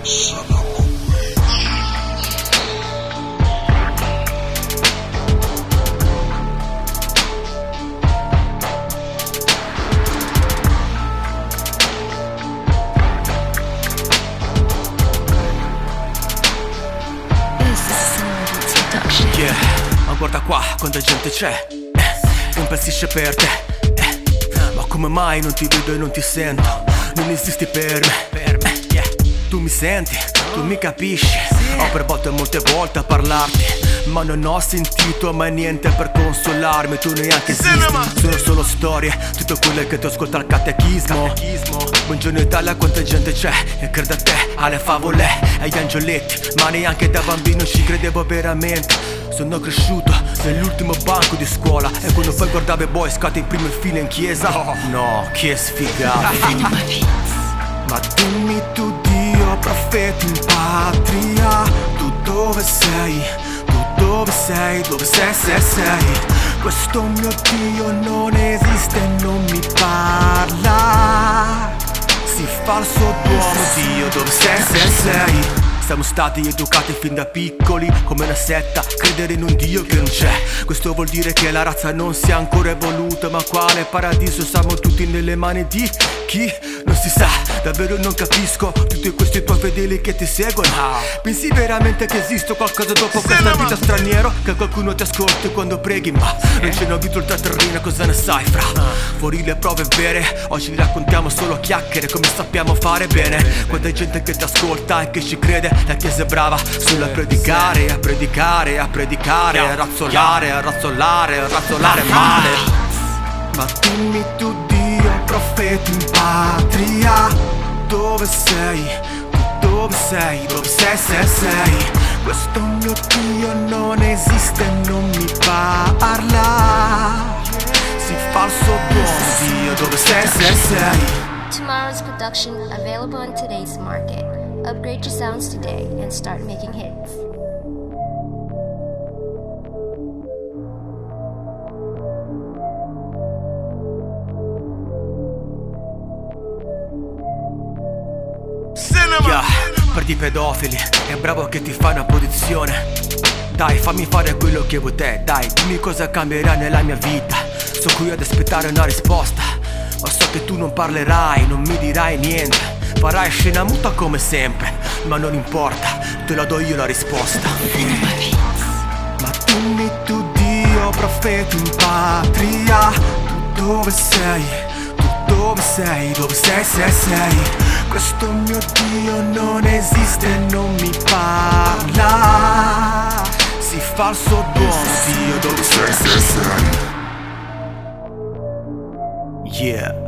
Yeah, ma guarda qua quanta gente c'è, impazzisce per te, ma come mai non ti vedo e non ti sento? Non esisti per me, yeah. Tu mi senti, tu mi capisci. Ho provato molte volte a parlarti, ma non ho sentito mai niente per consolarmi. Tu neanche esisti, sono solo storie, tutto quello che ti ascolta al catechismo. Buongiorno Italia, quanta gente c'è e crede a te, alle favole, agli angioletti, ma neanche da bambino ci credevo veramente. Sono cresciuto nell'ultimo banco di scuola e quando poi guardavo i Boy Scout in prima fila in chiesa. No, che sfigata. Ma dimmi tu Dio, profeti in patria, tu dove sei? Tu dove sei? Dove sei, sei? Questo mio Dio non esiste, non mi parla. Si falso d'uomo, Dio, dove sei, sei? Siamo stati educati fin da piccoli come una setta, credere in un Dio che non c'è. Questo vuol dire che la razza non si è ancora evoluta, ma quale paradiso? Siamo tutti nelle mani di chi? Non si sa, davvero non capisco tutti questi tuoi fedeli che ti seguono. Pensi veramente che esista qualcosa dopo questa vita, straniero? Che qualcuno ti ascolti quando preghi, ma non ce n'ho vinto il teatrino, cosa ne sai fra? Fuori le prove vere, oggi raccontiamo solo chiacchiere come sappiamo fare bene. Quanta gente che ti ascolta e che ci crede. La chiesa è brava solo a predicare, a predicare, a predicare, a razzolare, a razzolare, a razzolare male. Ma dimmi tu Dio, profeti in patria, dove sei? Tu dove sei? Dove sei, sei? Questo mio Dio non esiste, non mi parla. Si falso d'uomo, Dio, dove sei, sei? Tomorrow's production available on today's market. Upgrade your sounds today and start making hits. Yeah, per i pedofili è bravo che ti fai una posizione. Dai, fammi fare quello che vuoi te. Dai, dimmi cosa cambierà nella mia vita. Sono qui ad aspettare una risposta, ma so che tu non parlerai, non mi dirai niente. Farai scena muta come sempre, ma non importa, te la do io la risposta. Ma dimmi tu Dio, profeti in patria, tu dove sei? Tu dove sei? Dove sei, sei? Questo mio Dio non esiste, non mi parla. Si falso d'uomo, Dio, dove sei, sei? Yeah.